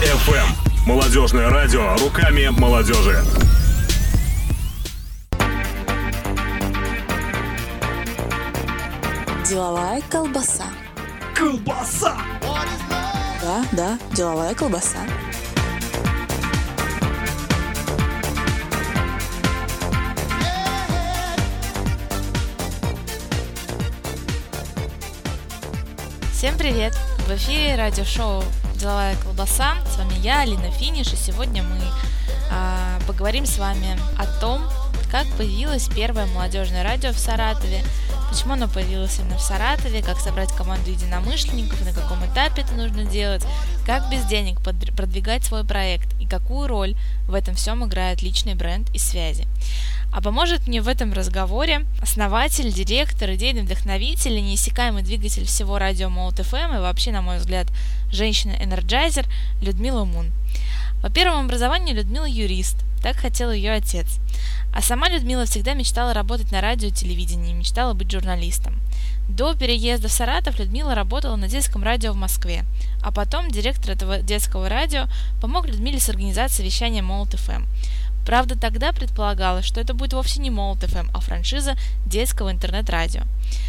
FM. Молодежное радио руками молодежи. Деловая колбаса. Колбаса! Да, деловая колбаса. Всем привет! В эфире радиошоу «Деловая колбаса». С вами я, Алина Финиш, и сегодня мы поговорим с вами о том, как появилось первое молодежное радио в Саратове, почему оно появилось именно в Саратове, как собрать команду единомышленников, на каком этапе это нужно делать, как без денег продвигать свой проект и какую роль в этом всем играет личный бренд и связи. А поможет мне в этом разговоре основатель, директор, идейный вдохновитель и неиссякаемый двигатель всего радио Молот ФМ и вообще, на мой взгляд, женщина-энерджайзер Людмила Мун. По первому образованию Людмила юрист, так хотел ее отец. А сама Людмила всегда мечтала работать на радио и телевидении, мечтала быть журналистом. До переезда в Саратов Людмила работала на детском радио в Москве, а потом директор этого детского радио помог Людмиле с организацией вещания Молот ФМ. Правда, тогда предполагалось, что это будет вовсе не Молот ФМ, а франшиза детского интернет-радио.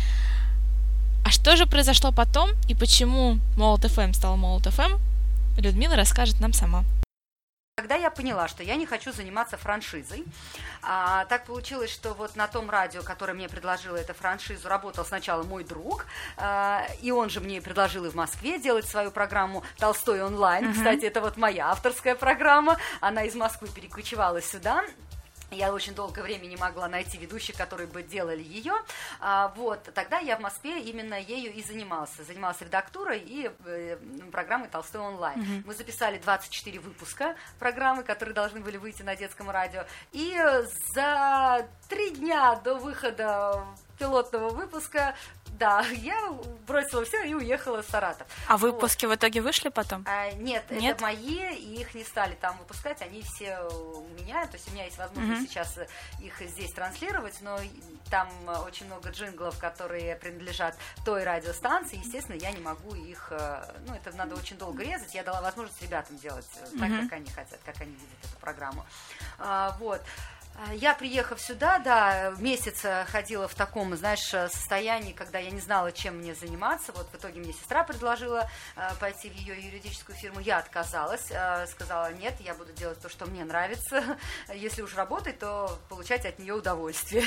А что же произошло потом и почему Молот ФМ стал Молот ФМ, Людмила расскажет нам сама. Когда я поняла, что я не хочу заниматься франшизой, так получилось, что вот на том радио, которое мне предложило эту франшизу, работал сначала мой друг, и он же мне предложил и в Москве делать свою программу «Толстой онлайн». Кстати, это вот моя авторская программа, она из Москвы перекочевала сюда. Я очень долгое время не могла найти ведущих, которые бы делали ее. Вот, тогда я в Москве именно ею и занималась. Занималась редактурой и программой «Толстой онлайн». Мы записали 24 выпуска программы, которые должны были выйти на детском радио. И за 3 дня до выхода пилотного выпуска, да, я бросила все и уехала в Саратов. А выпуски в итоге вышли потом? Нет, это мои, и их не стали там выпускать, они все у меня, то есть у меня есть возможность сейчас их здесь транслировать, но там очень много джинглов, которые принадлежат той радиостанции, естественно, я не могу их, это надо очень долго резать, я дала возможность ребятам делать так, как они хотят, как они видят эту программу. Вот. Я, приехав сюда, да, месяц ходила в таком, состоянии, когда я не знала, чем мне заниматься. Вот в итоге мне сестра предложила пойти в ее юридическую фирму. Я отказалась, сказала, нет, я буду делать то, что мне нравится. Если уж работать, то получать от нее удовольствие.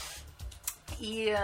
И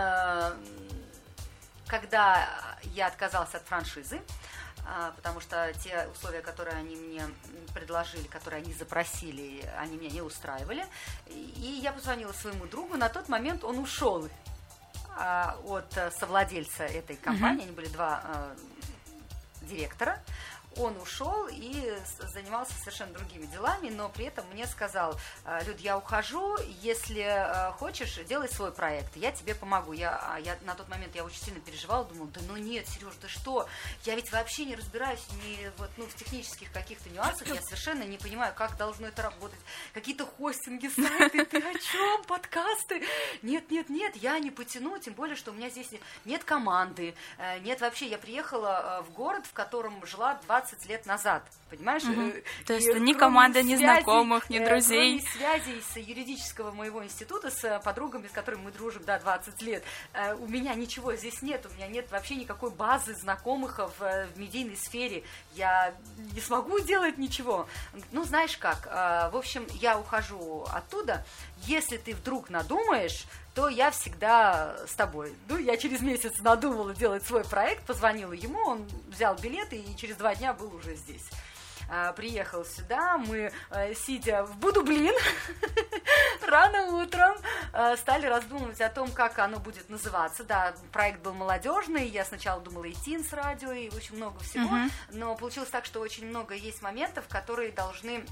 когда я отказалась от франшизы, потому что те условия, которые они мне предложили, которые они запросили, они меня не устраивали. И я позвонила своему другу. На тот момент он ушел от совладельца этой компании. Они были 2 директора. Он ушел и занимался совершенно другими делами, но при этом мне сказал: Люд, я ухожу, если хочешь, делай свой проект, я тебе помогу. Я на тот момент я очень сильно переживала, думала, да ну нет, Сереж, ты что? Я ведь вообще не разбираюсь в технических каких-то нюансах, я совершенно не понимаю, как должно это работать. Какие-то хостинги, сайты, ты о чем? Подкасты? Нет, я не потяну, тем более, что у меня здесь нет команды, нет вообще. Я приехала в город, в котором жила 20 лет назад, понимаешь? То есть ни команда, ни знакомых, ни друзей. Кроме связей с юридического моего института, с подругами, с которыми мы дружим, 20 лет, у меня ничего здесь нет, у меня нет вообще никакой базы знакомых в медийной сфере. Я не смогу делать ничего. Ну, знаешь как, в общем, я ухожу оттуда. Если ты вдруг надумаешь, то я всегда с тобой. Я через месяц надумала делать свой проект, позвонила ему, он взял билеты и через 2 дня был уже здесь. Приехал сюда, мы, сидя в Будублин, рано утром стали раздумывать о том, как оно будет называться. Да, проект был молодежный, я сначала думала и Teens радио, и очень много всего, но получилось так, что очень много есть моментов, которые должны,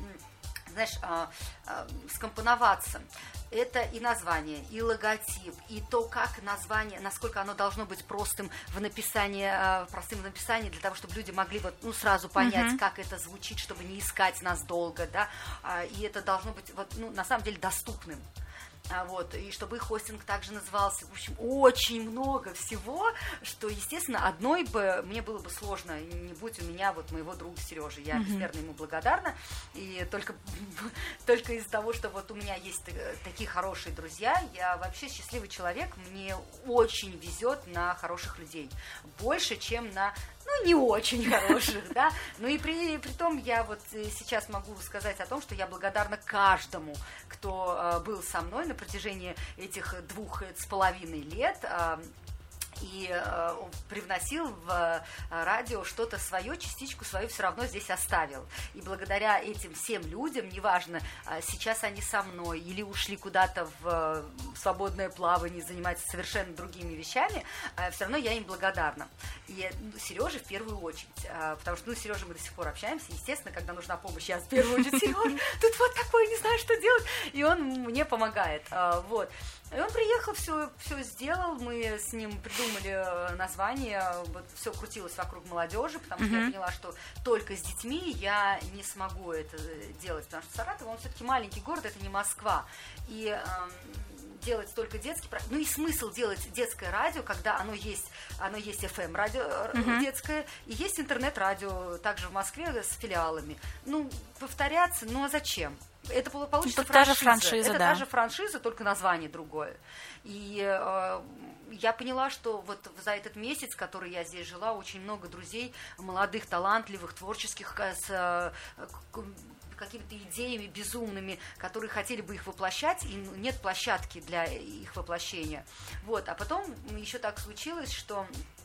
скомпоноваться. Это и название, и логотип, и то, как название, насколько оно должно быть простым в написании, для того, чтобы люди могли сразу понять, как это звучит, чтобы не искать нас долго, да, и это должно быть на самом деле доступным. Вот, и чтобы их хостинг также назывался. В общем, очень много всего, что, естественно, одной бы мне было бы сложно, не будь у меня вот моего друга Сережи. Я безмерно ему благодарна. И только из-за того, что вот у меня есть такие хорошие друзья, я вообще счастливый человек, мне очень везет на хороших людей. Больше, чем на не очень хороших, да, но и при том я вот сейчас могу сказать о том, что я благодарна каждому, кто был со мной на протяжении этих 2,5 лет, и привносил в радио что-то свое, частичку свою все равно здесь оставил. И благодаря этим всем людям, неважно, сейчас они со мной или ушли куда-то в свободное плавание, занимаются совершенно другими вещами, все равно я им благодарна. И Сереже в первую очередь, потому что с Сережей мы до сих пор общаемся, естественно, когда нужна помощь, я в первую очередь: Сереж, тут вот такое, не знаю, что делать, и он мне помогает, вот. И он приехал, все сделал, мы с ним придумали название, вот все крутилось вокруг молодежи, потому что я поняла, что только с детьми я не смогу это делать, потому что Саратов, он все-таки маленький город, это не Москва, и делать только детский, ну и смысл делать детское радио, когда оно есть FM-радио детское, и есть интернет-радио также в Москве с филиалами. Ну, повторяться, ну а зачем? Это получится франшиза. Это та же франшиза, только название другое. И я поняла, что вот за этот месяц, который я здесь жила, очень много друзей, молодых, талантливых, творческих, с какими-то идеями безумными, которые хотели бы их воплощать, и нет площадки для их воплощения. Вот. А потом еще так случилось, что...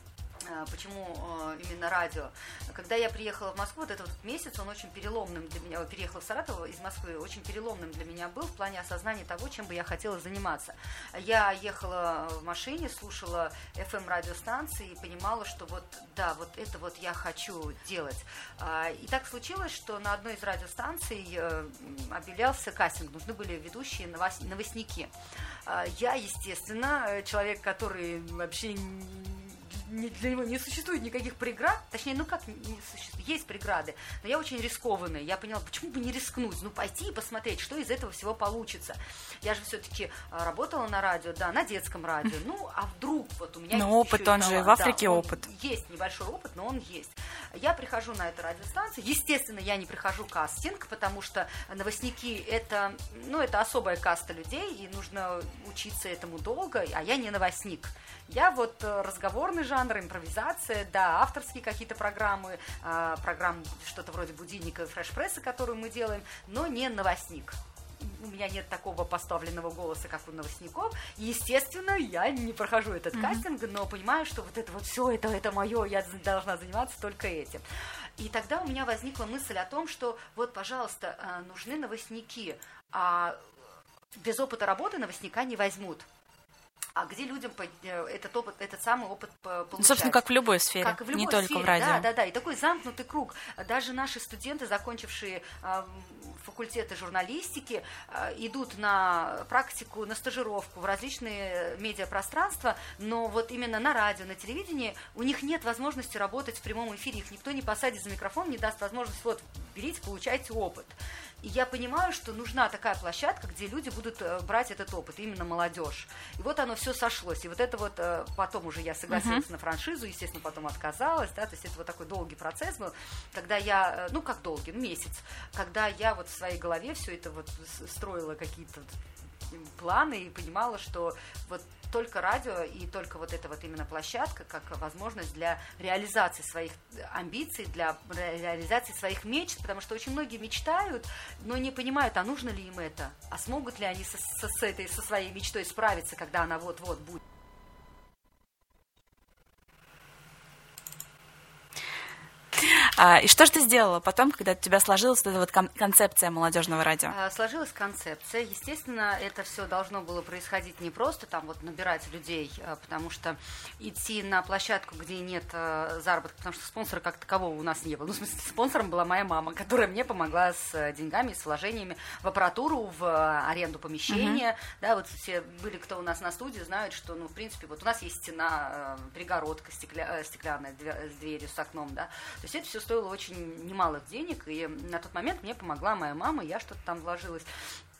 Почему именно радио? Когда я приехала в Москву, вот этот месяц, он очень переломным для меня, переехала в Саратов из Москвы, очень переломным для меня был в плане осознания того, чем бы я хотела заниматься. Я ехала в машине, слушала FM-радиостанции и понимала, что вот, да, вот это вот я хочу делать. И так случилось, что на одной из радиостанций объявлялся кастинг, нужны были ведущие новостники. Я, естественно, человек, который вообще... Для него не существует никаких преград, точнее, ну как не существует, есть преграды, но я очень рискованная, я поняла, почему бы не рискнуть, ну пойти и посмотреть, что из этого всего получится. Я же все-таки работала на радио, да, на детском радио, ну а вдруг вот у меня но есть опыт, он же в Африке, да, опыт. Есть небольшой опыт, но он есть. Я прихожу на эту радиостанцию, естественно, я не прихожу кастинг, потому что новостники это особая каста людей, и нужно учиться этому долго, а я не новостник. Я вот разговорный жанр, импровизация, да, авторские какие-то программы что-то вроде будильника и фреш-пресса, которую мы делаем, но не новостник. У меня нет такого поставленного голоса, как у новостников. Естественно, я не прохожу этот кастинг, но понимаю, что вот это вот все, это мое, я должна заниматься только этим. И тогда у меня возникла мысль о том, что вот, пожалуйста, нужны новостники, а без опыта работы новостника не возьмут. А где людям этот самый опыт получать? Собственно, как в любой сфере, как в любой не только сфере, в радио. Да, и такой замкнутый круг. Даже наши студенты, закончившие факультеты журналистики, идут на практику, на стажировку в различные медиапространства, но вот именно на радио, на телевидении у них нет возможности работать в прямом эфире, их никто не посадит за микрофон, не даст возможность, вот, берите, получайте опыт. И я понимаю, что нужна такая площадка, где люди будут брать этот опыт, именно молодежь. И вот оно все сошлось. И вот это вот потом уже я согласилась на франшизу, естественно, потом отказалась, да, то есть это вот такой долгий процесс был, когда я, ну как долгий, месяц, когда я вот в своей голове все это вот строила какие-то планы и понимала, что вот только радио и только вот эта вот именно площадка как возможность для реализации своих амбиций, для реализации своих мечт, потому что очень многие мечтают, но не понимают, а нужно ли им это, а смогут ли они со своей мечтой справиться, когда она вот-вот будет. И что же ты сделала потом, когда у тебя сложилась эта вот концепция молодежного радио? Сложилась концепция. Естественно, это все должно было происходить не просто там вот набирать людей, потому что идти на площадку, где нет заработка, потому что спонсора как такового у нас не было. Ну, в смысле, спонсором была моя мама, которая мне помогла с деньгами, с вложениями в аппаратуру, в аренду помещения. Да, вот все были, кто у нас на студии, знают, что, ну, в принципе, вот у нас есть стена, перегородка стеклянная с дверью, с окном, да. То есть это все стоило очень немалых денег, и на тот момент мне помогла моя мама, я что-то там вложилась.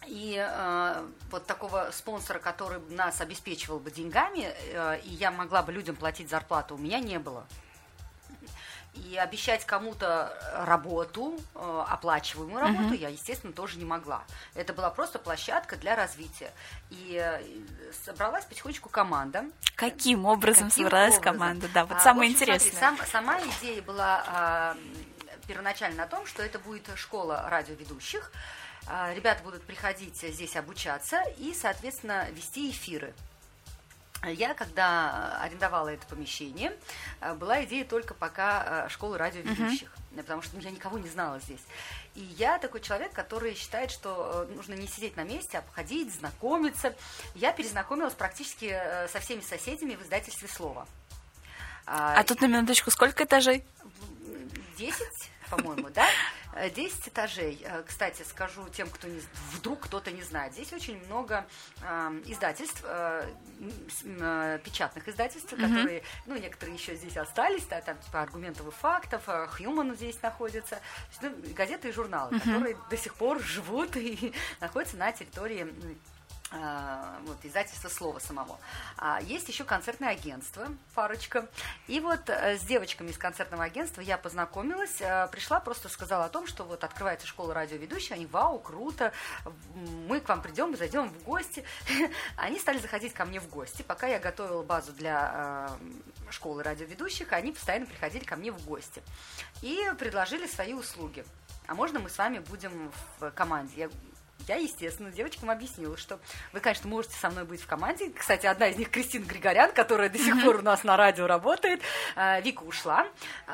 И вот такого спонсора, который нас обеспечивал бы деньгами, и я могла бы людям платить зарплату, у меня не было. И обещать кому-то работу, оплачиваемую работу, я, естественно, тоже не могла. Это была просто площадка для развития. И собралась потихонечку команда. Каким образом собралась команда? Да, вот самое интересное. Смотри, сама идея была первоначально о том, что это будет школа радиоведущих. Ребята будут приходить здесь обучаться и, соответственно, вести эфиры. Я, когда арендовала это помещение, была идея только пока школы радиоведущих, потому что я никого не знала здесь. И я такой человек, который считает, что нужно не сидеть на месте, а походить, знакомиться. Я перезнакомилась практически со всеми соседями в издательстве «Слово». А тут на минуточку сколько этажей? 10, по-моему, да? 10 этажей. Кстати, скажу тем, кто вдруг кто-то не знает. Здесь очень много издательств, печатных издательств, которые, некоторые еще здесь остались, да, там типа «Аргументов и фактов», «Хьюман» здесь находится, газеты и журналы, которые до сих пор живут и находятся на территории издательства «Слова» самого. Есть еще концертное агентство, парочка. И вот с девочками из концертного агентства я познакомилась, пришла, просто сказала о том, что вот открывается школа радиоведущих, они, вау, круто, мы к вам придем, зайдем в гости. Они стали заходить ко мне в гости. Пока я готовила базу для школы радиоведущих, они постоянно приходили ко мне в гости и предложили свои услуги. А можно мы с вами будем в команде? Я, естественно, девочкам объяснила, что вы, конечно, можете со мной быть в команде. Кстати, одна из них Кристина Григорян, которая до сих пор у нас на радио работает. Вика ушла.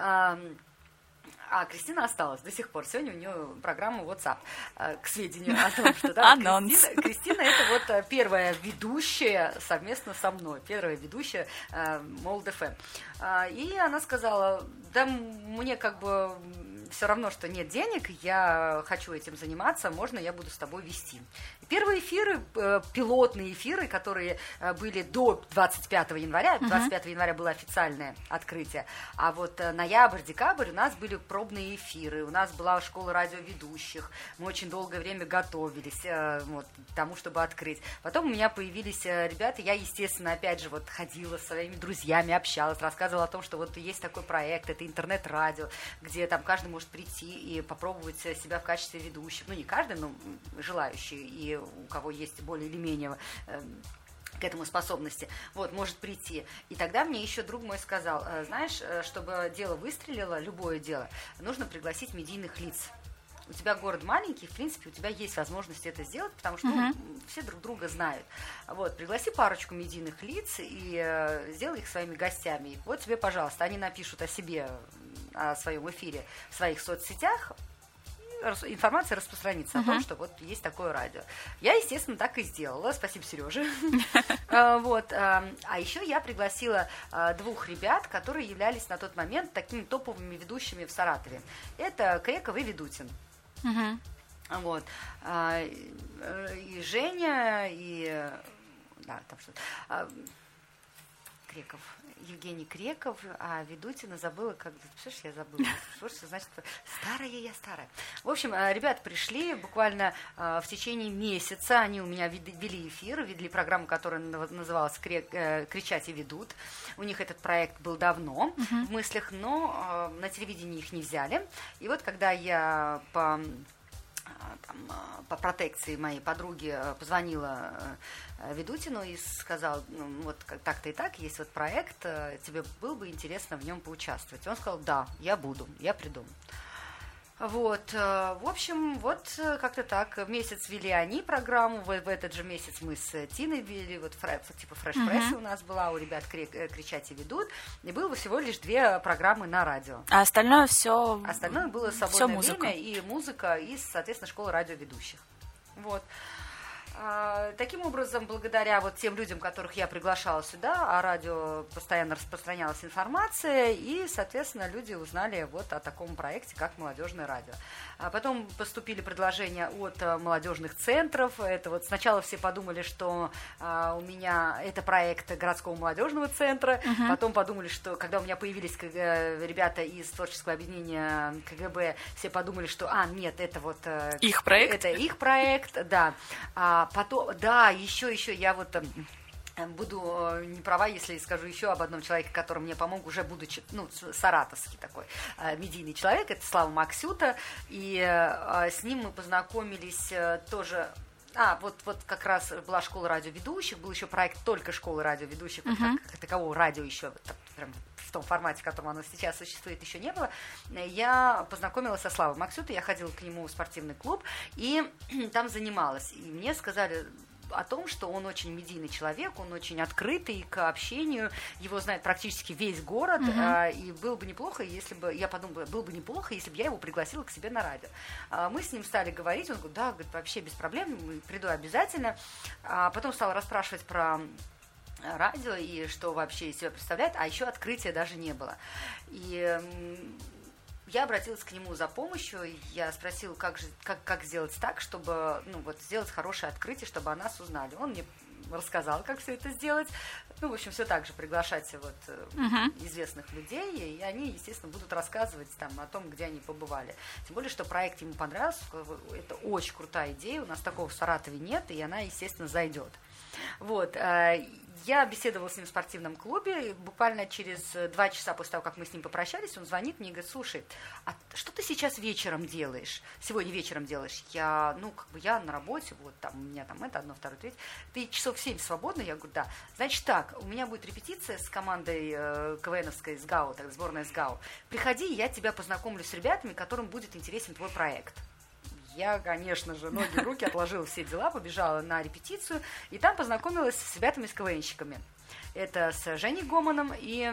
А Кристина осталась до сих пор. Сегодня у нее программа WhatsApp. К сведению о том, что Кристина это вот первая ведущая совместно со мной. Первая ведущая Молд ФМ. И она сказала, да мне как бы все равно, что нет денег, я хочу этим заниматься, можно я буду с тобой вести. И первые эфиры, пилотные эфиры, которые были до 25 января, 25 января было официальное открытие, а вот ноябрь-декабрь у нас были пробные эфиры, у нас была школа радиоведущих, мы очень долгое время готовились к тому, чтобы открыть. Потом у меня появились ребята, я, естественно, опять же, вот ходила со своими друзьями, общалась, рассказывала о том, что вот есть такой проект, это интернет-радио, где там каждый может прийти и попробовать себя в качестве ведущих. Ну, не каждый, но желающий, и у кого есть более или менее к этому способности, вот, может прийти. И тогда мне еще друг мой сказал, знаешь, чтобы дело выстрелило, любое дело, нужно пригласить медийных лиц. У тебя город маленький, в принципе, у тебя есть возможность это сделать, потому что все друг друга знают. Вот, пригласи парочку медийных лиц и сделай их своими гостями. Вот тебе, пожалуйста, они напишут о себе, о своем эфире в своих соцсетях, информация распространится о том, что вот есть такое радио. Я, естественно, так и сделала. Спасибо, Сереже. Вот. А еще я пригласила двух ребят, которые являлись на тот момент такими топовыми ведущими в Саратове. Это Креков и Ведутин. Вот. И Женя, и... Да, там что-то... Креков. Евгений Креков, а Ведутина забыла, как... Слушай, я забыла. Слушай, значит, старая я старая. В общем, ребята пришли буквально в течение месяца. Они у меня вели эфир, вели программу, которая называлась «Кричать и ведут». У них этот проект был давно в мыслях, но на телевидении их не взяли. И вот когда я по протекции моей подруги позвонила Ведутину и сказала, вот так-то и так, есть вот проект, тебе было бы интересно в нем поучаствовать. И он сказал, да, я буду, я приду. Вот, в общем, вот как-то так. Месяц вели они программу, в этот же месяц мы с Тиной вели, вот типа фреш-пресса у нас была, у ребят «Кричать и ведут», и было всего лишь 2 программы на радио. А остальное все... Остальное было свободное время и музыка, и, соответственно, школа радиоведущих. Вот. Таким образом, благодаря вот тем людям, которых я приглашала сюда, о радио постоянно распространялась информация, и, соответственно, люди узнали вот о таком проекте, как «Молодежное радио». Потом поступили предложения от молодежных центров. Это вот сначала все подумали, что у меня это проект городского молодежного центра. Потом подумали, что когда у меня появились ребята из творческого объединения КГБ, все подумали, что нет, это вот их проект. Это их проект, да. Потом, да, еще я вот буду не права, если скажу еще об одном человеке, который мне помог, уже будучи, саратовский такой медийный человек, это Слава Максюта, и с ним мы познакомились тоже. Вот как раз была школа радиоведущих, был еще проект только школы радиоведущих, как такового радио еще прям в том формате, в котором оно сейчас существует, еще не было. Я познакомилась со Славой Максютой, я ходила к нему в спортивный клуб, и там занималась. И мне сказали о том, что он очень медийный человек, он очень открытый к общению, его знает практически весь город, и было бы неплохо, если бы, я подумала, было бы неплохо, если бы я его пригласила к себе на радио. Мы с ним стали говорить, он говорит, да, говорит, вообще без проблем, приду обязательно. Потом стала расспрашивать про радио и что вообще из себя представляет, а еще открытия даже не было. И я обратилась к нему за помощью, я спросила, как сделать так, чтобы сделать хорошее открытие, чтобы о нас узнали. Он мне рассказал, как все это сделать. В общем, все так же приглашать известных людей, и они, естественно, будут рассказывать там о том, где они побывали. Тем более, что проект ему понравился, это очень крутая идея, у нас такого в Саратове нет, и она, естественно, зайдет. Я беседовала с ним в спортивном клубе, и буквально через 2 часа после того, как мы с ним попрощались, он звонит мне и говорит, слушай, а что ты сейчас вечером делаешь? Сегодня вечером делаешь? Я на работе, вот там у меня там это, 1, 2, 3. Ты часов 7 свободна? Я говорю, да. Значит так, у меня будет репетиция с командой КВНовской СГАУ, сборная СГАУ. Приходи, я тебя познакомлю с ребятами, которым будет интересен твой проект. Я, конечно же, ноги, руки, отложила все дела, побежала на репетицию, и там познакомилась с ребятами, с КВНщиками. Это с Женей Гоманом и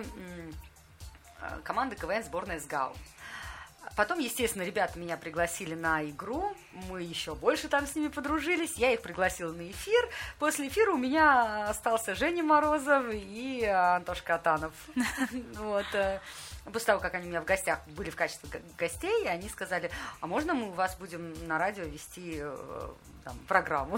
командой КВН сборная СГАУ. Потом, естественно, ребята меня пригласили на игру, мы еще больше там с ними подружились, я их пригласила на эфир. После эфира у меня остался Женя Морозов и Антош Катанов. После того, как они у меня в гостях были в качестве гостей, они сказали, а можно мы у вас будем на радио вести программу?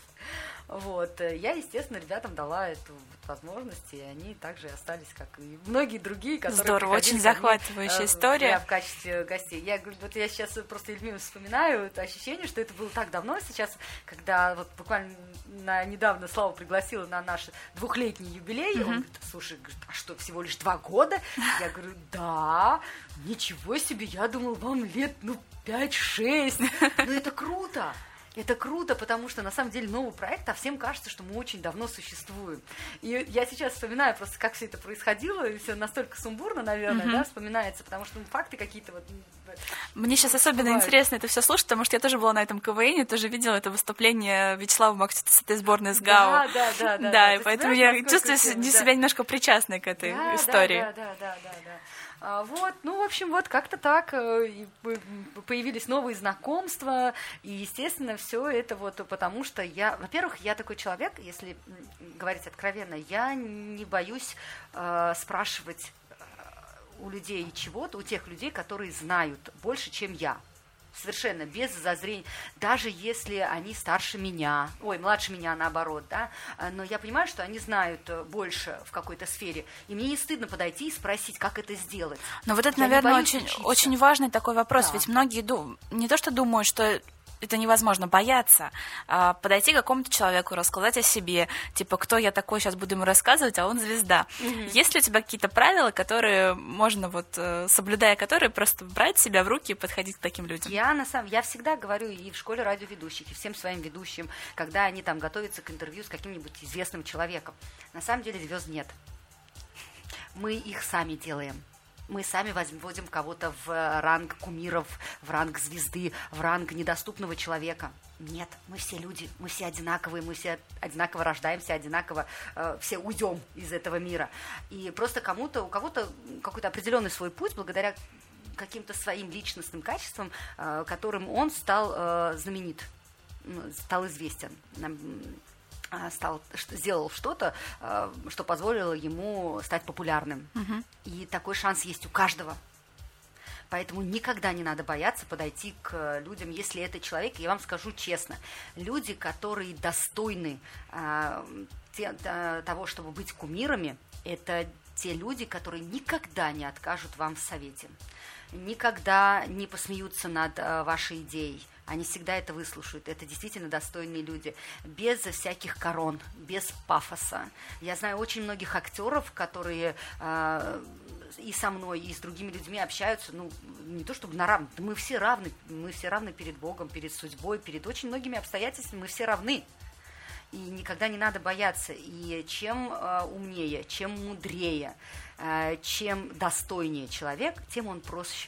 Я, естественно, ребятам дала эту возможность, и они также остались, как и многие другие, которые здорово, очень захватывающая история. В качестве гостей. Я говорю, я сейчас просто Эльмиру вспоминаю это ощущение, что это было так давно сейчас, когда буквально недавно Славу пригласила на наш 2-летний юбилей. Он говорит, слушай, а что, всего лишь 2 года? Я говорю, да, ничего себе, я думал, вам лет 5-6. Это круто. Это круто, потому что, на самом деле, новый проект, а всем кажется, что мы очень давно существуем. И я сейчас вспоминаю просто, как все это происходило, и все настолько сумбурно, наверное, вспоминается, потому что факты какие-то Мне сейчас особенно интересно это все слушать, потому что я тоже была на этом КВНе, тоже видела это выступление Вячеслава Максюта с этой сборной СГАУ. Да, и поэтому я чувствую себя немножко причастной к этой истории. Да. В общем, как-то так появились новые знакомства, и, естественно, все это потому что во-первых, я такой человек, если говорить откровенно, я не боюсь спрашивать у людей чего-то, у тех людей, которые знают больше, чем я. Совершенно без зазрения, даже если они старше меня, младше меня, наоборот, да, но я понимаю, что они знают больше в какой-то сфере, и мне не стыдно подойти и спросить, как это сделать. Но это, наверное, очень важный такой вопрос, ведь многие не то что думают, что это невозможно, бояться подойти к какому-то человеку, рассказать о себе, типа, кто я такой, сейчас буду ему рассказывать, а он звезда. Есть ли у тебя какие-то правила, которые можно, соблюдая которые, просто брать себя в руки и подходить к таким людям? Я всегда говорю и в школе радиоведущих, и всем своим ведущим, когда они там готовятся к интервью с каким-нибудь известным человеком. На самом деле звезд нет. Мы их сами делаем. Мы сами вводим кого-то в ранг кумиров, в ранг звезды, в ранг недоступного человека. Нет, мы все люди, мы все одинаковые, мы все одинаково рождаемся, одинаково все уйдем из этого мира. И просто у кого-то какой-то определенный свой путь, благодаря каким-то своим личностным качествам, которым он стал знаменит. стал известен, сделал что-то, что позволило ему стать популярным. И такой шанс есть у каждого. Поэтому никогда не надо бояться подойти к людям, если это человек, я вам скажу честно, люди, которые достойны того, чтобы быть кумирами, это те люди, которые никогда не откажут вам в совете, никогда не посмеются над вашей идеей. Они всегда это выслушают. Это действительно достойные люди. Без всяких корон, без пафоса. Я знаю очень многих актеров, которые и со мной, и с другими людьми общаются, не то чтобы на равных, мы все равны перед Богом, перед судьбой, перед очень многими обстоятельствами, мы все равны. И никогда не надо бояться. И чем умнее, чем мудрее, чем достойнее человек, тем он прост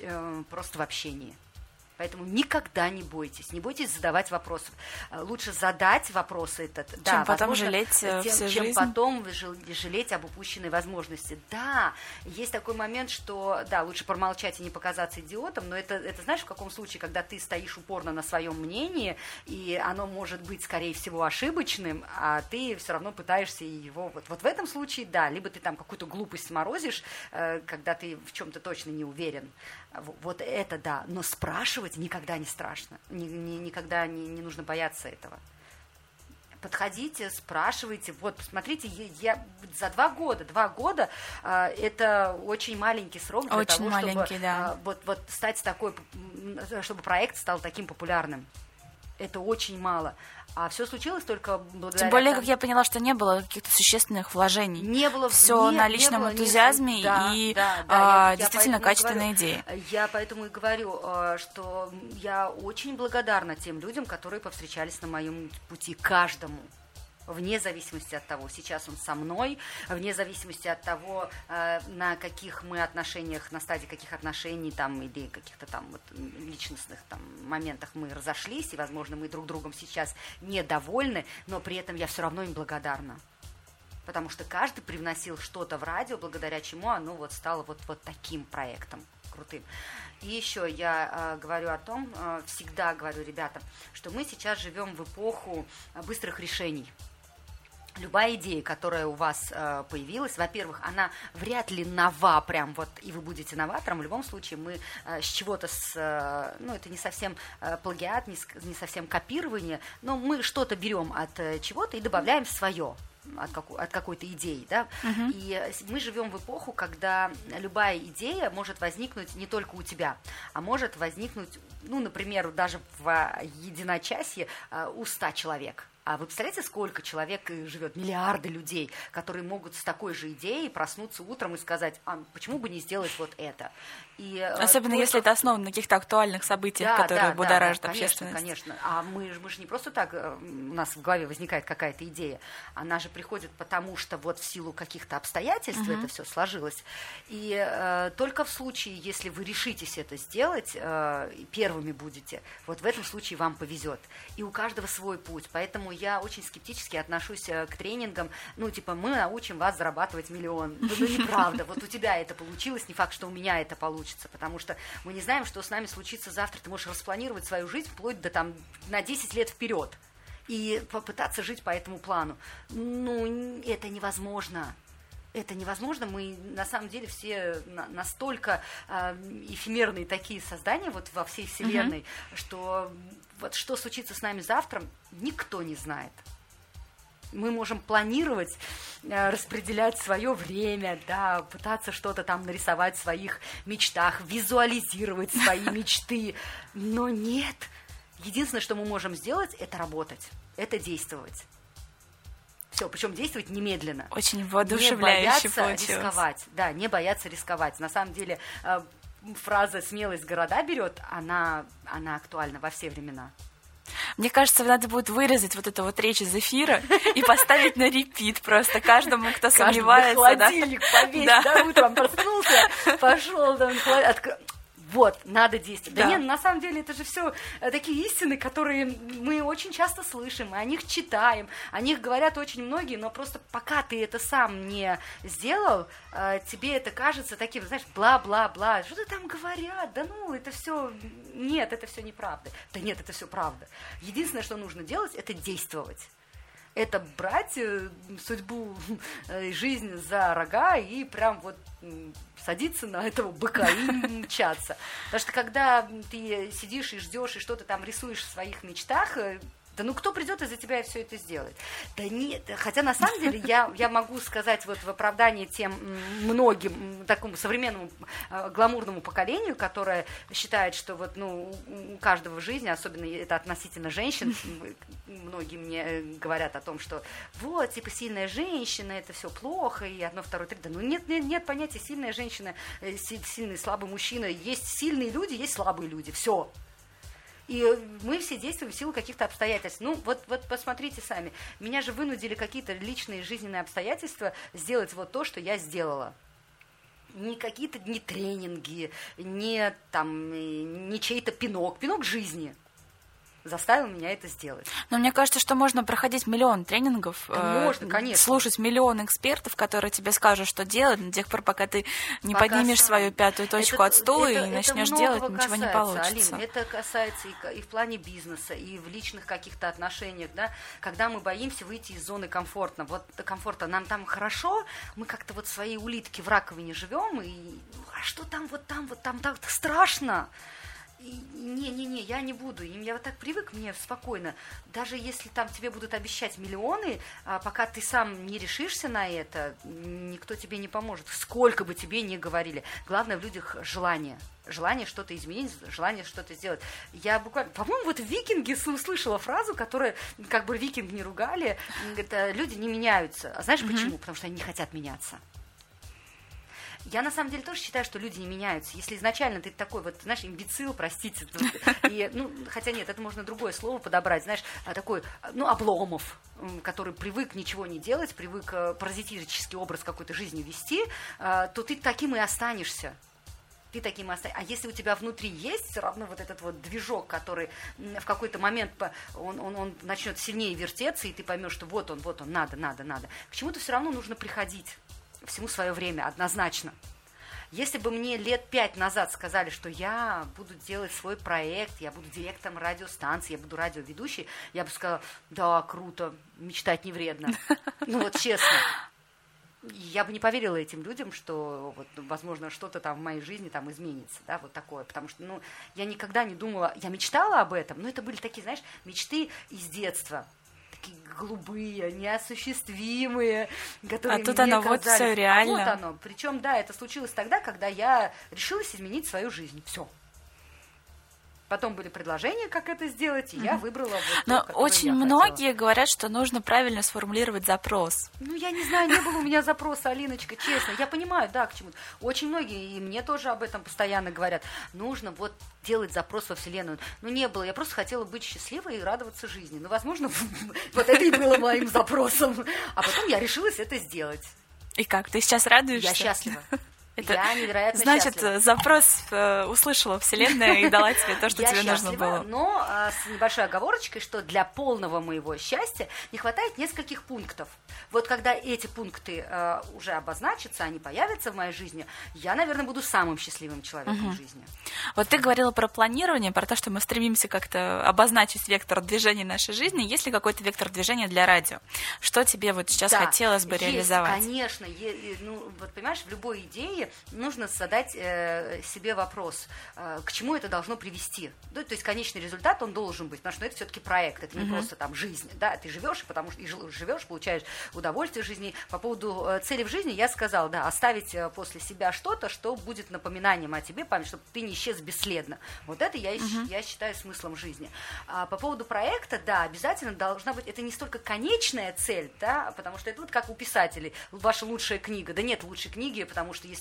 в общении. Поэтому никогда не бойтесь задавать вопросы. Лучше задать вопросы чем потом жалеть всю жизнь. Чем потом жалеть об упущенной возможности. Да, есть такой момент, что, да, лучше промолчать и не показаться идиотом, но это знаешь, в каком случае, когда ты стоишь упорно на своем мнении, и оно может быть, скорее всего, ошибочным, а ты все равно пытаешься его... Вот в этом случае, да, либо ты там какую-то глупость морозишь, когда ты в чем-то точно не уверен. Вот это да, но спрашивать никогда не страшно, никогда не нужно бояться этого. Подходите, спрашивайте. Вот, посмотрите, я за 2 года это очень маленький срок для очень того, маленький, чтобы да. вот стать такой, чтобы проект стал таким популярным. Это очень мало. А все случилось только благодаря... Тем более, как я поняла, что не было каких-то существенных вложений. Не было. Все на личном энтузиазме и действительно качественные идеи. Я поэтому и говорю, что я очень благодарна тем людям, которые повстречались на моем пути, каждому. Вне зависимости от того, сейчас он со мной, вне зависимости от того, на каких мы отношениях, на стадии каких отношений там, или каких-то там вот личностных там, моментах мы разошлись, и, возможно, мы друг другом сейчас недовольны, но при этом я все равно им благодарна. Потому что каждый привносил что-то в радио, благодаря чему оно вот стало вот таким проектом крутым. И еще я говорю о том, всегда говорю ребятам, что мы сейчас живем в эпоху быстрых решений. Любая идея, которая у вас появилась, во-первых, она вряд ли нова прям вот, и вы будете новатором. В любом случае мы с чего-то, это не совсем плагиат, не совсем копирование, но мы что-то берем от чего-то и добавляем свое. От какой-то идеи, да, и мы живем в эпоху, когда любая идея может возникнуть не только у тебя, а может возникнуть, например, даже в единочасье у 100 человек. А вы представляете, сколько человек живет, миллиарды людей, которые могут с такой же идеей проснуться утром и сказать, почему бы не сделать вот это? И особенно если это основано на каких-то актуальных событиях, которые будоражат общественность. Конечно. А мы же не просто так, у нас в голове возникает какая-то идея, она же приходит потому, что вот в силу каких-то обстоятельств это все сложилось. И только в случае, если вы решитесь это сделать, первыми будете, вот в этом случае вам повезет. И у каждого свой путь. Поэтому я очень скептически отношусь к тренингам, мы научим вас зарабатывать миллион. Неправда. Вот у тебя это получилось, не факт, что у меня это получится. Потому что мы не знаем, что с нами случится завтра. Ты можешь распланировать свою жизнь вплоть до на 10 лет вперед и попытаться жить по этому плану. Это невозможно. Это невозможно. Мы на самом деле все настолько эфемерные такие создания вот во всей Вселенной, что вот что случится с нами завтра, никто не знает. Мы можем планировать, распределять свое время, да, пытаться что-то там нарисовать в своих мечтах, визуализировать свои мечты, но нет. Единственное, что мы можем сделать, это работать, это действовать. Все, причем действовать немедленно. Очень воодушевляюще получилось. Не бояться рисковать, да, не бояться рисковать. На самом деле фраза «смелость города берет», она актуальна во все времена. Мне кажется, надо будет вырезать вот эту вот речь из эфира и поставить на репит просто каждому, кто сомневается. Холодильник повесь, да, утром проснулся, пошел там, вот, надо действовать. Да Да. нет, на самом деле это же все такие истины, которые мы очень часто слышим, мы о них читаем, о них говорят очень многие, но просто пока ты это сам не сделал, тебе это кажется таким, знаешь, бла-бла-бла, что-то там говорят, да ну, это все, нет, это все неправда. Да нет, это все правда. Единственное, что нужно делать, это действовать. Это брать судьбу, жизнь за рога и прям вот садиться на этого быка и мчаться. Потому что когда ты сидишь и ждешь, и что-то там рисуешь в своих мечтах, да ну кто придет из-за тебя и все это сделает? Да нет, хотя на самом деле я могу сказать вот в оправдании тем многим такому современному гламурному поколению, которое считает, что вот ну у каждого в жизни, особенно это относительно женщин, многие мне говорят о том, что вот типа сильная женщина, это все плохо и одно, второе, третье. Да ну нет понятия сильная женщина, сильный слабый мужчина, есть сильные люди, есть слабые люди, все. И мы все действуем в силу каких-то обстоятельств. Ну, вот посмотрите сами. Меня же вынудили какие-то личные жизненные обстоятельства сделать вот то, что я сделала. Не какие-то не тренинги, не чей-то пинок. Пинок жизни заставил меня это сделать. Но мне кажется, что можно проходить миллион тренингов, можно, конечно. Слушать миллион экспертов, которые тебе скажут, что делать, до тех пор, пока ты не поднимешь свою пятую точку от стула и начнешь делать, ничего не получится. Алина, это касается и в плане бизнеса, и в личных каких-то отношениях, да, когда мы боимся выйти из зоны комфорта. Вот комфорта, нам там хорошо, мы как-то вот свои улитки в раковине живем, и а что там, вот там так страшно. Не, я не буду. Я вот так привык, мне спокойно. Даже если там тебе будут обещать миллионы, пока ты сам не решишься на это, никто тебе не поможет. Сколько бы тебе ни говорили. Главное в людях желание. Желание что-то изменить, желание что-то сделать. Я буквально, по-моему, вот в «Викинге» услышала фразу, которую как бы викинги не ругали. Это люди не меняются. А знаешь почему? Потому что они не хотят меняться. Я, на самом деле, тоже считаю, что люди не меняются. Если изначально ты такой, вот, знаешь, имбецил, простите, хотя нет, это можно другое слово подобрать, знаешь, такой, Обломов, который привык ничего не делать, привык паразитический образ какой-то жизни вести, то ты таким и останешься. А если у тебя внутри есть все равно вот этот вот движок, который в какой-то момент он начнет сильнее вертеться, и ты поймешь, что вот он, надо. К чему-то все равно нужно приходить. Всему свое время, однозначно. Если бы мне лет 5 назад сказали, что я буду делать свой проект, я буду директором радиостанции, я буду радиоведущей, я бы сказала, да, круто, мечтать не вредно. Ну вот честно. Я бы не поверила этим людям, что, вот, возможно, что-то там в моей жизни там изменится, да, вот такое. Потому что, я никогда не думала, я мечтала об этом, но это были такие, знаешь, мечты из детства. Такие голубые, неосуществимые, которые тут мне оно казались, вот все реально. Вот оно. Причем, да, это случилось тогда, когда я решилась изменить свою жизнь. Все. Потом были предложения, как это сделать, и я выбрала вот Но то, которое очень я многие хотела. говорят, что нужно правильно сформулировать запрос. Я не знаю, не было у меня запроса, Алиночка, честно. Я понимаю, да, к чему-то. Очень многие, и мне тоже об этом постоянно говорят. Нужно вот делать запрос во Вселенную. Не было. Я просто хотела быть счастливой и радоваться жизни. Возможно, вот это и было моим запросом. А потом я решилась это сделать. И как? Ты сейчас радуешься? Я счастлива. Это я невероятно значит, счастлива. запрос услышала Вселенная и дала тебе то, что тебе нужно было. Но с небольшой оговорочкой, что для полного моего счастья не хватает нескольких пунктов. Вот когда эти пункты уже обозначатся, они появятся в моей жизни, я, наверное, буду самым счастливым человеком в жизни. Вот ты говорила про планирование, про то, что мы стремимся как-то обозначить вектор движения нашей жизни. Есть ли какой-то вектор движения для радио? Что тебе вот сейчас хотелось бы реализовать? Конечно. Вот понимаешь, в любой идее нужно задать себе вопрос, к чему это должно привести. То есть конечный результат, он должен быть, потому что это все-таки проект, это не просто там жизнь. Да? Ты живешь, потому что живешь, получаешь удовольствие в жизни. По поводу цели в жизни я сказала, да, оставить после себя что-то, что будет напоминанием о тебе, память, чтобы ты не исчез бесследно. Вот это я считаю смыслом жизни. А по поводу проекта, да, обязательно должна быть, это не столько конечная цель, да, потому что это вот как у писателей, ваша лучшая книга. Да нет лучшей книги, потому что если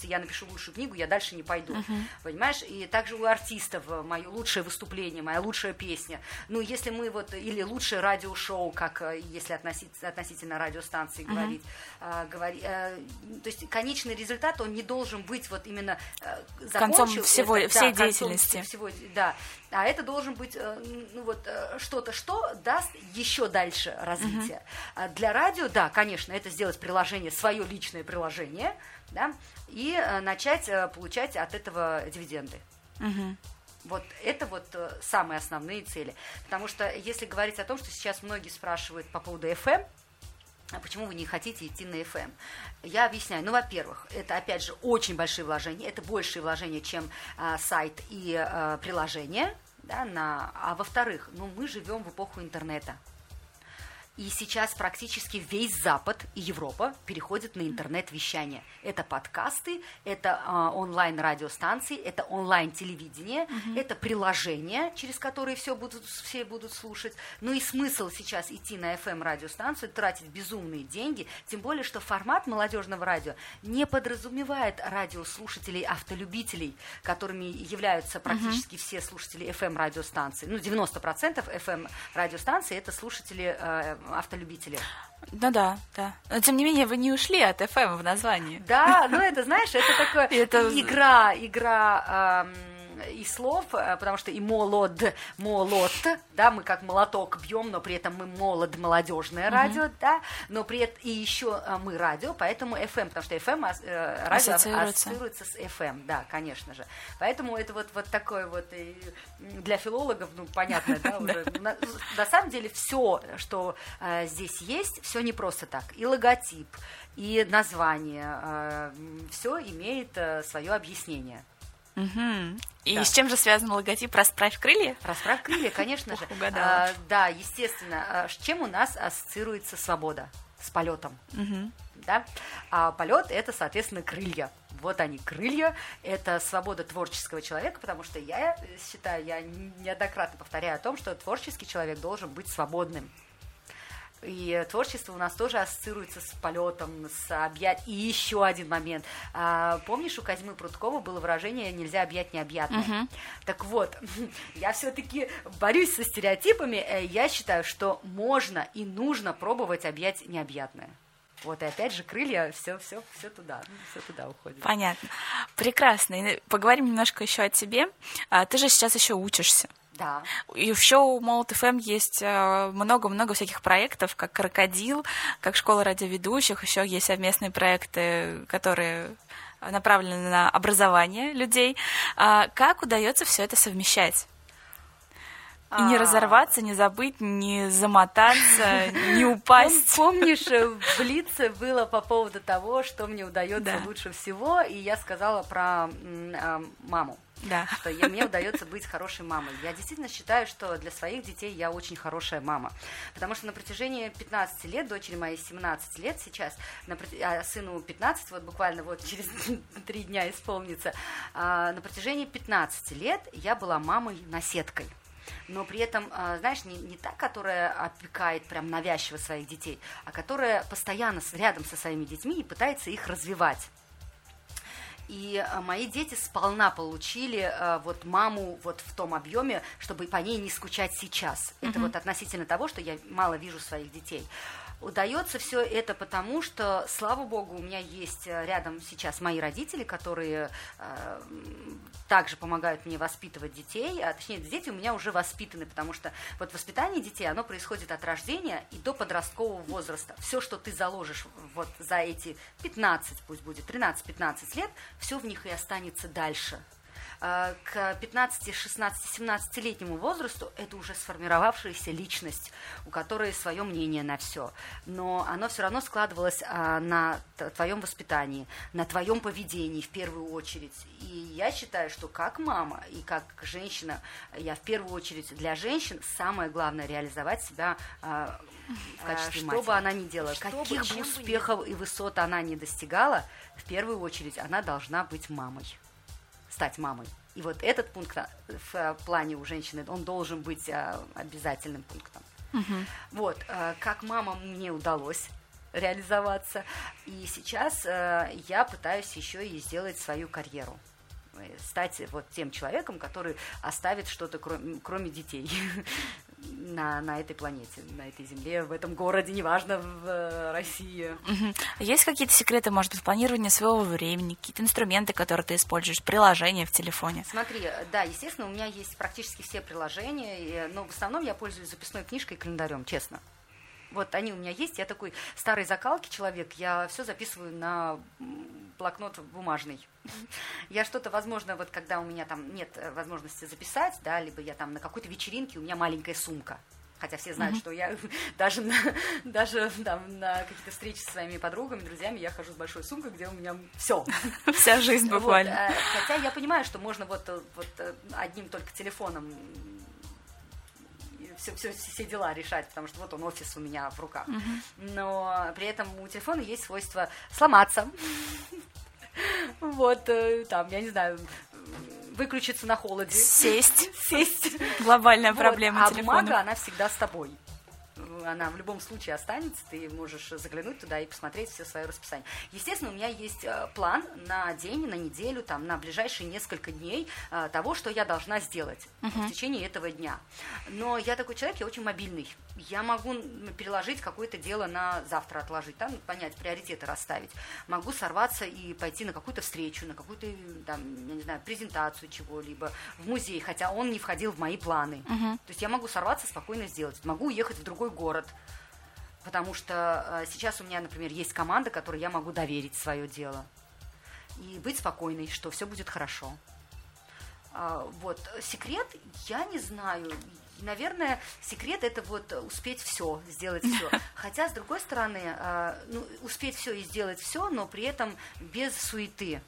я напишу лучшую книгу, я дальше не пойду, понимаешь? И также у артистов мое лучшее выступление, моя лучшая песня. Ну, если мы вот, или лучшее радиошоу, как если относительно радиостанции говорить, то есть конечный результат, он не должен быть вот именно концом всей деятельности. Да, а это должен быть что-то, что даст еще дальше развитие. Для радио, да, конечно, это сделать приложение, свое личное приложение, да, и начать получать от этого дивиденды. Вот это вот самые основные цели. Потому что если говорить о том, что сейчас многие спрашивают по поводу FM, а почему вы не хотите идти на FM? Я объясняю. Ну, во-первых, это, опять же, очень большие вложения. Это большие вложения, чем сайт и приложение. Да, а во-вторых, мы живем в эпоху интернета. И сейчас практически весь Запад и Европа переходят на интернет-вещание. Это подкасты, это онлайн-радиостанции, это онлайн-телевидение, это приложения, через которые все будут слушать. Ну и смысл сейчас идти на FM-радиостанцию, тратить безумные деньги, тем более, что формат молодежного радио не подразумевает радиослушателей, автолюбителей, которыми являются практически все слушатели FM-радиостанций. 90% FM-радиостанций – это слушатели автолюбители. Ну да. Но тем не менее вы не ушли от FM в названии. Да, это, знаешь, это такое игра и слов, потому что и молод, да, мы как молоток бьем, но при этом мы молодежное радио, да, но при этом и еще мы радио, поэтому FM, потому что FM радио ассоциируется с FM, да, конечно же. Поэтому это вот такое вот для филологов, понятно, да, уже. На самом деле все, что здесь есть, все не просто так. И логотип, и название, все имеет свое объяснение. И да. С чем же связан логотип «Расправь крылья»? «Расправь крылья», конечно же. Угадала. Да, естественно. С чем у нас ассоциируется свобода? С полетом. Да? А полет – это, соответственно, крылья. Вот они, крылья. Это свобода творческого человека, потому что я считаю, я неоднократно повторяю о том, что творческий человек должен быть свободным. И творчество у нас тоже ассоциируется с полетом, с объятием. И еще один момент. Помнишь, у Козьмы Прудкова было выражение «нельзя объять необъятное». Так вот, я все-таки борюсь со стереотипами. Я считаю, что можно и нужно пробовать объять необъятное. Вот, и опять же, крылья, все туда уходит. Понятно. Прекрасно. И поговорим немножко еще о тебе. Ты же сейчас еще учишься. Да. И в шоу Молот ФМ есть много-много всяких проектов, как «Крокодил», как «Школа радиоведущих». Еще есть совместные проекты, которые направлены на образование людей. Как удается все это совмещать? И не разорваться, не забыть, не замотаться, не упасть. Помнишь, в Блице было по поводу того, что мне удается лучше всего, и я сказала про маму. Да. Что мне удается быть хорошей мамой. Я действительно считаю, что для своих детей я очень хорошая мама. Потому что на протяжении 15 лет, дочери моей 17 лет сейчас, а сыну 15, вот буквально вот через 3 дня исполнится, на протяжении 15 лет я была мамой-наседкой. Но при этом, знаешь, не та, которая опекает прям навязчиво своих детей, а которая постоянно рядом со своими детьми и пытается их развивать. И мои дети сполна получили вот маму вот в том объеме, чтобы по ней не скучать сейчас. Это вот относительно того, что я мало вижу своих детей. Удается все это потому, что, слава богу, у меня есть рядом сейчас мои родители, которые также помогают мне воспитывать детей, а точнее, дети у меня уже воспитаны, потому что вот воспитание детей, оно происходит от рождения и до подросткового возраста. Все, что ты заложишь вот за эти 15, пусть будет 13-15 лет, все в них и останется дальше. К 15, 16, 17-летнему возрасту это уже сформировавшаяся личность, у которой свое мнение на все. Но оно все равно складывалось на твоем воспитании, на твоем поведении в первую очередь. И я считаю, что как мама и как женщина, я в первую очередь для женщин самое главное реализовать себя в качестве матери. Что бы она ни делала, каких бы успехов и высот она ни достигала, в первую очередь она должна быть мамой. Стать мамой. И вот этот пункт в плане у женщины, он должен быть обязательным пунктом. Вот, как мама мне удалось реализоваться. И сейчас я пытаюсь еще и сделать свою карьеру. Стать вот тем человеком, который оставит что-то, кроме детей, на этой планете, на этой земле, в этом городе, неважно, в России. Есть какие-то секреты, может быть, планирования своего времени, какие-то инструменты, которые ты используешь, приложения в телефоне? Смотри, да, естественно, у меня есть практически все приложения, но в основном я пользуюсь записной книжкой и календарем, честно. Вот они у меня есть, я такой старой закалки человек, я все записываю на блокнот бумажный. Я что-то, возможно, вот когда у меня там нет возможности записать, да, либо я там на какой-то вечеринке, у меня маленькая сумка. Хотя все знают, что я даже там, на какие-то встречи со своими подругами, друзьями, я хожу с большой сумкой, где у меня все. Вся жизнь буквально. Вот, хотя я понимаю, что можно вот одним только телефоном все дела решать, потому что вот он, офис у меня в руках. Но при этом у телефона есть свойство сломаться. Вот, там, я не знаю, выключиться на холоде. Сесть. Глобальная проблема телефона. А бумага, она всегда с тобой. Она в любом случае останется, ты можешь заглянуть туда и посмотреть все свое расписание. Естественно, у меня есть план на день, на неделю, там, на ближайшие несколько дней того, что я должна сделать в течение этого дня. Но я такой человек, я очень мобильный. Я могу переложить какое-то дело на завтра, отложить, там, понять, приоритеты расставить. Могу сорваться и пойти на какую-то встречу, на какую-то, там, я не знаю, презентацию чего-либо, в музей, хотя он не входил в мои планы. То есть я могу сорваться, спокойно сделать. Могу уехать в другой город, потому что сейчас у меня, например, есть команда, которой я могу доверить свое дело. И быть спокойной, что все будет хорошо. Вот. Секрет, я не знаю. Наверное, секрет – это вот успеть все, сделать все. Хотя, с другой стороны, успеть все и сделать все, но при этом без суеты.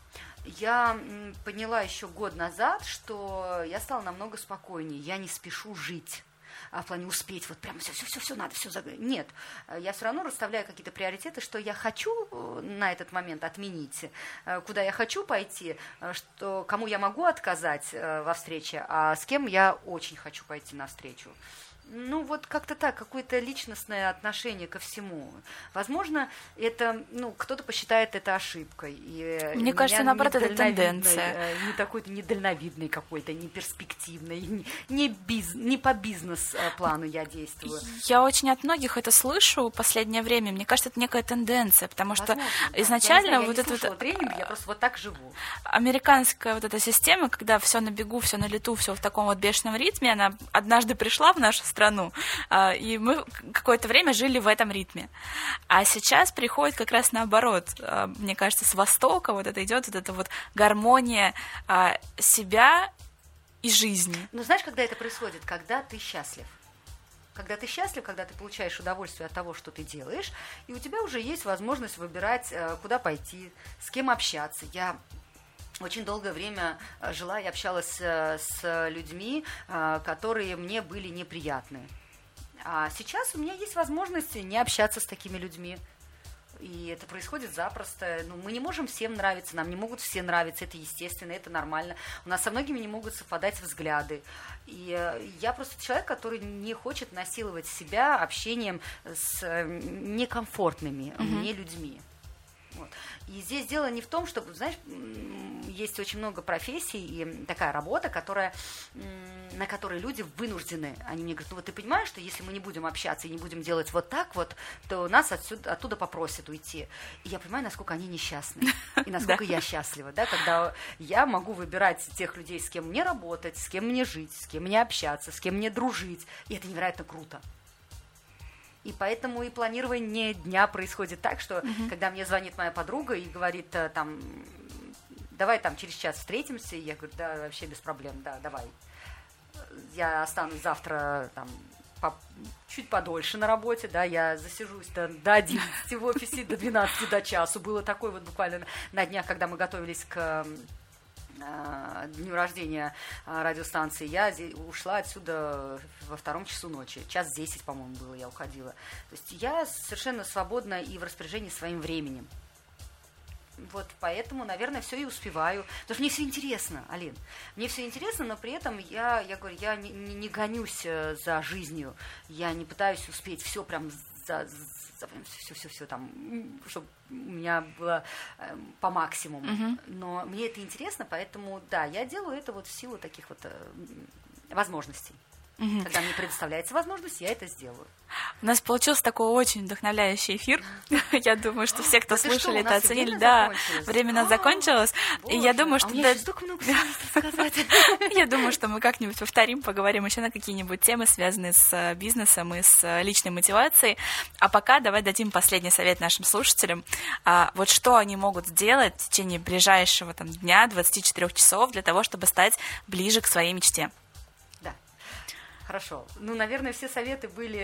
Я поняла еще год назад, что я стала намного спокойнее. Я не спешу жить. В плане успеть, вот прямо все надо, все загрузить. Нет, я все равно расставляю какие-то приоритеты, что я хочу на этот момент отменить, куда я хочу пойти, что, кому я могу отказать во встрече, а с кем я очень хочу пойти на встречу. Ну, вот как-то так, какое-то личностное отношение ко всему. Возможно, это, кто-то посчитает это ошибкой. И мне кажется, наоборот, это тенденция. Не такой-то недальновидный какой-то, не перспективный, не по бизнес-плану я действую. Я очень от многих это слышу в последнее время. Мне кажется, это некая тенденция, потому что изначально я вот не слушала тренинг, я просто вот так живу. Американская вот эта система, когда все на бегу, все на лету, все в таком вот бешеном ритме, она однажды пришла в нашу страну, и мы какое-то время жили в этом ритме. А сейчас приходит как раз наоборот. Мне кажется, с Востока вот это идет, вот эта вот гармония себя и жизни. Ну, знаешь, когда это происходит? Когда ты счастлив. Когда ты счастлив, когда ты получаешь удовольствие от того, что ты делаешь, и у тебя уже есть возможность выбирать, куда пойти, с кем общаться. Я очень долгое время жила и общалась с людьми, которые мне были неприятны. А сейчас у меня есть возможность не общаться с такими людьми. И это происходит запросто. Мы не можем всем нравиться, нам не могут все нравиться, это естественно, это нормально. У нас со многими не могут совпадать взгляды. И я просто человек, который не хочет насиловать себя общением с некомфортными мне людьми. Вот. И здесь дело не в том, что, знаешь, есть очень много профессий и такая работа, на которой люди вынуждены. Они мне говорят, ты понимаешь, что если мы не будем общаться и не будем делать вот так вот, то нас оттуда попросят уйти. И я понимаю, насколько они несчастны и насколько я счастлива, да, когда я могу выбирать тех людей, с кем мне работать, с кем мне жить, с кем мне общаться, с кем мне дружить. И это невероятно круто. И поэтому и планирование дня происходит так, что когда мне звонит моя подруга и говорит, давай через час встретимся, я говорю, да, вообще без проблем, да, давай. Я останусь завтра чуть подольше на работе, да, я засижусь до 11 в офисе, до 12, до часу. Было такое вот буквально на днях, когда мы готовились к дню рождения радиостанции, я ушла отсюда во 2 часу ночи. 1:10, по-моему, было, я уходила. То есть я совершенно свободна и в распоряжении своим временем. Вот поэтому, наверное, все и успеваю. Потому что мне все интересно, Алин. Мне все интересно, но при этом я говорю, я не гонюсь за жизнью. Я не пытаюсь успеть все прям все там, чтобы у меня было по максимуму. Но мне это интересно, поэтому, да, я делаю это вот в силу таких вот возможностей. Когда мне предоставляется возможность, я это сделаю. У нас получился такой очень вдохновляющий эфир. Я думаю, что все, кто слушали, это оценили. Да, время у нас закончилось. И я думаю, что... Я думаю, что мы как-нибудь повторим, поговорим еще на какие-нибудь темы, связанные с бизнесом и с личной мотивацией. А пока давай дадим последний совет нашим слушателям. Вот что они могут сделать в течение ближайшего дня, 24 часов, для того, чтобы стать ближе к своей мечте. Хорошо. Наверное, все советы были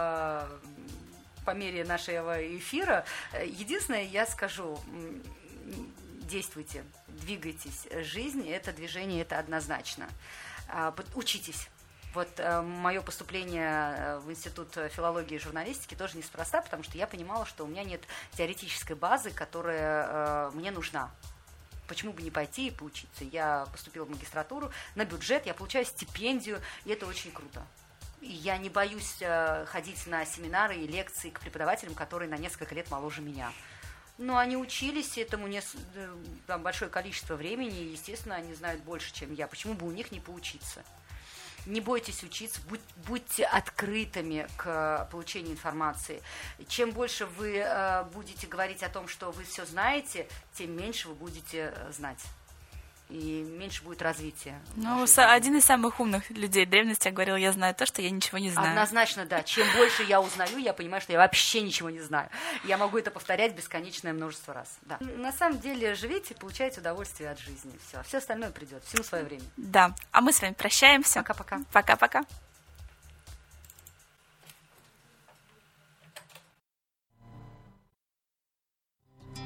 по мере нашего эфира. Единственное, я скажу, действуйте, двигайтесь. Жизнь – это движение, это однозначно. Учитесь. Вот мое поступление в Институт филологии и журналистики тоже неспроста, потому что я понимала, что у меня нет теоретической базы, которая мне нужна. Почему бы не пойти и поучиться? Я поступила в магистратуру на бюджет, я получаю стипендию, и это очень круто. И я не боюсь ходить на семинары и лекции к преподавателям, которые на несколько лет моложе меня. Но они учились этому большое количество времени, и, естественно, они знают больше, чем я. Почему бы у них не поучиться? Не бойтесь учиться, будьте открытыми к получению информации. Чем больше вы будете говорить о том, что вы все знаете, тем меньше вы будете знать. И меньше будет развития. Один из самых умных людей древности говорил: я знаю то, что я ничего не знаю. Однозначно, да. Чем больше я узнаю, я понимаю, что я вообще ничего не знаю. Я могу это повторять бесконечное множество раз. Да. На самом деле, живите, получайте удовольствие от жизни. Все остальное придет. Всему свое время. Да. А мы с вами прощаемся. Пока-пока. Пока-пока.